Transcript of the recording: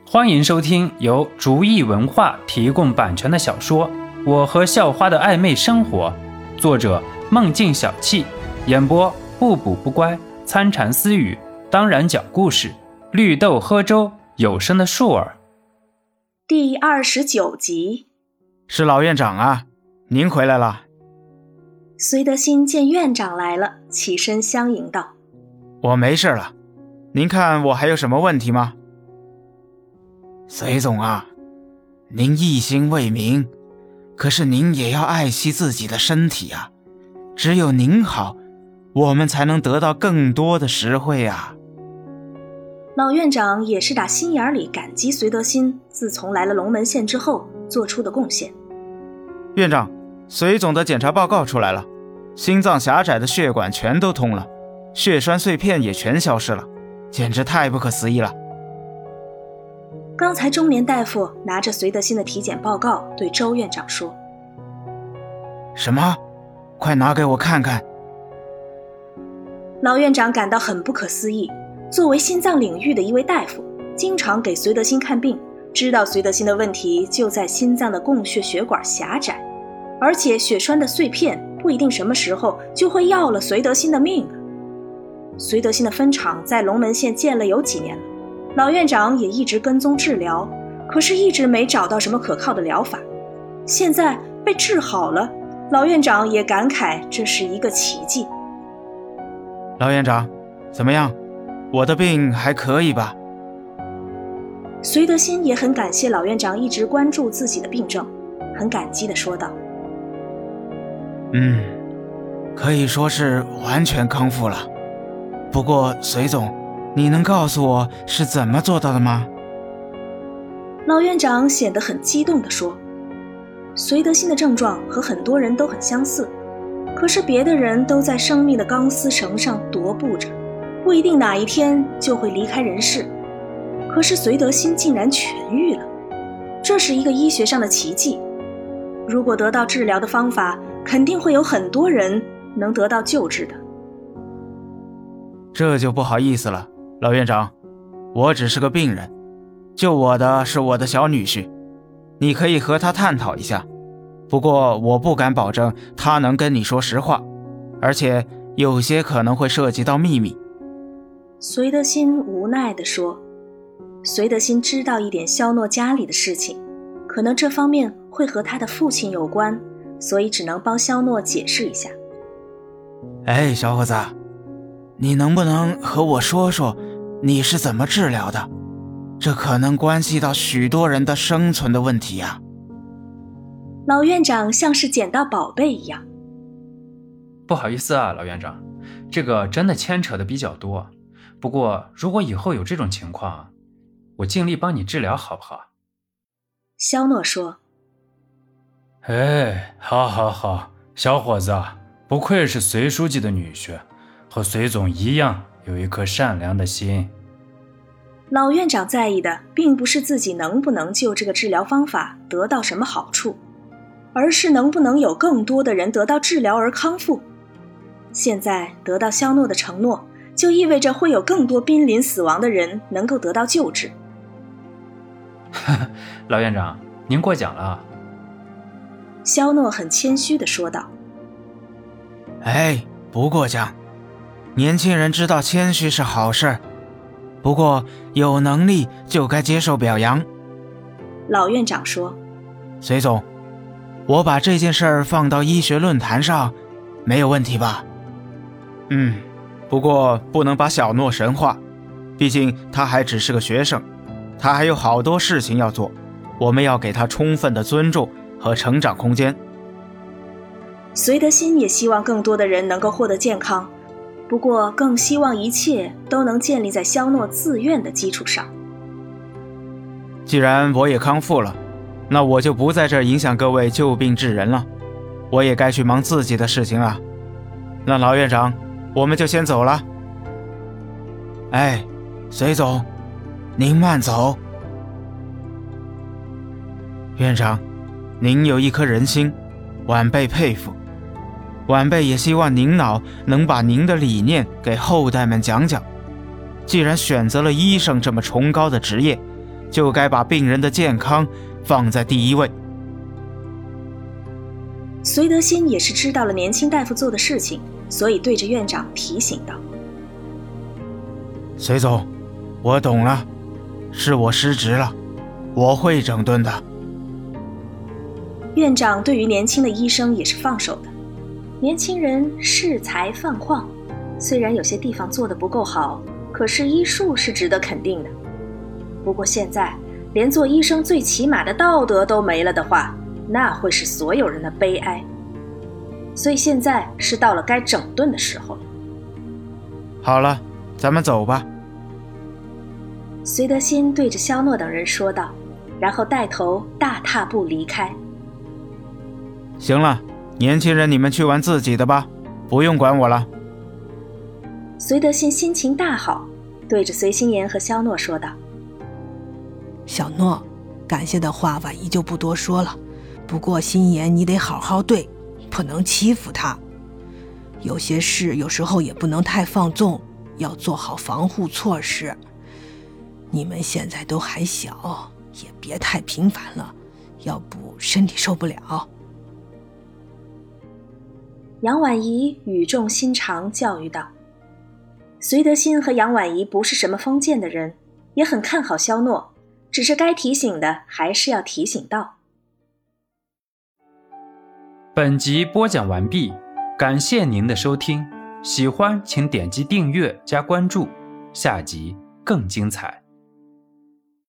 欢迎收听由竹意文化提供版权的小说《我和校花的暧昧生活》，作者梦境小憩，演播不补不乖、参禅私语，当然讲故事，绿豆喝粥，有声的树儿。 第29集。 是老院长啊，您回来了。 隋德新见院长来了，起身相迎道： 我没事了，您看我还有什么问题吗？隋总啊，您一心为民，可是您也要爱惜自己的身体啊，只有您好，我们才能得到更多的实惠啊。 老院长也是打心眼里感激隋德新自从来了龙门县之后做出的贡献。 院长，隋总的检查报告出来了，心脏狭窄的血管全都通了，血栓碎片也全消失了，简直太不可思议了。 刚才中年大夫拿着隋德新的体检报告对周院长说： 什么？快拿给我看看。 老院长感到很不可思议，作为心脏领域的一位大夫，经常给隋德新看病，知道隋德新的问题就在心脏的供血血管狭窄，而且血栓的碎片不一定什么时候就会要了隋德新的命啊。隋德新的分厂在龙门县建了有几年了，老院长也一直跟踪治疗，可是一直没找到什么可靠的疗法。现在被治好了，老院长也感慨这是一个奇迹。 老院长，怎么样？我的病还可以吧？ 隋德新也很感谢老院长一直关注自己的病症，很感激地说道： 可以说是完全康复了。不过隋总，你能告诉我是怎么做到的吗？ 老院长显得很激动地说：隋德新的症状和很多人都很相似，可是别的人都在生命的钢丝绳上踱步着，不一定哪一天就会离开人世。可是隋德新竟然痊愈了，这是一个医学上的奇迹。如果得到治疗的方法，肯定会有很多人能得到救治的。 这就不好意思了，老院长，我只是个病人，救我的是我的小女婿，你可以和他探讨一下，不过我不敢保证他能跟你说实话，而且有些可能会涉及到秘密。 隋德新无奈地说。隋德新知道一点萧诺家里的事情，可能这方面会和他的父亲有关，所以只能帮萧诺解释一下。 小伙子，你能不能和我说说你是怎么治疗的？这可能关系到许多人的生存的问题呀。 老院长像是捡到宝贝一样。 不好意思啊，老院长，这个真的牵扯的比较多，不过如果以后有这种情况，我尽力帮你治疗好不好？ 萧诺说： 好，小伙子，不愧是隋书记的女婿，和隋总一样有一颗善良的心。 老院长在意的并不是自己能不能就这个治疗方法得到什么好处，而是能不能有更多的人得到治疗而康复。现在得到萧诺的承诺，就意味着会有更多濒临死亡的人能够得到救治。 老院长，您过奖了。 萧诺很谦虚地说道： 不过奖，年轻人知道谦虚是好事，不过有能力就该接受表扬。 老院长说： 隋总，我把这件事儿放到医学论坛上，没有问题吧？不过不能把小诺神化，毕竟他还只是个学生，他还有好多事情要做，我们要给他充分的尊重和成长空间。 隋德新也希望更多的人能够获得健康，不过更希望一切都能建立在萧诺自愿的基础上。 既然我也康复了，那我就不在这儿影响各位救病治人了，我也该去忙自己的事情了。那老院长，我们就先走了。隋总，您慢走。院长，您有一颗人心，晚辈佩服。晚辈也希望您老能把您的理念给后代们讲讲。既然选择了医生这么崇高的职业， 就该把病人的健康放在第一位。 隋德新也是知道了年轻大夫做的事情，所以对着院长提醒道： 隋总，我懂了，是我失职了，我会整顿的。 院长对于年轻的医生也是放手的，年轻人恃才放旷，虽然有些地方做得不够好，可是医术是值得肯定的。不过现在连做医生最起码的道德都没了的话，那会是所有人的悲哀。所以现在是到了该整顿的时候了。 好了，咱们走吧。 隋德新对着肖诺等人说道，然后带头大踏步离开。 行了，年轻人你们去玩自己的吧，不用管我了。 隋德新心情大好，对着隋心言和肖诺说道： 小诺，感谢的话婉仪就不多说了，不过心言你得好好对，不能欺负他。有些事有时候也不能太放纵，要做好防护措施。你们现在都还小，也别太频繁了，要不身体受不了。 杨婉仪语重心长教育道。隋德新和杨婉仪不是什么封建的人，也很看好肖诺，只是该提醒的还是要提醒到。 本集播讲完毕，感谢您的收听，喜欢请点击订阅加关注，下集更精彩。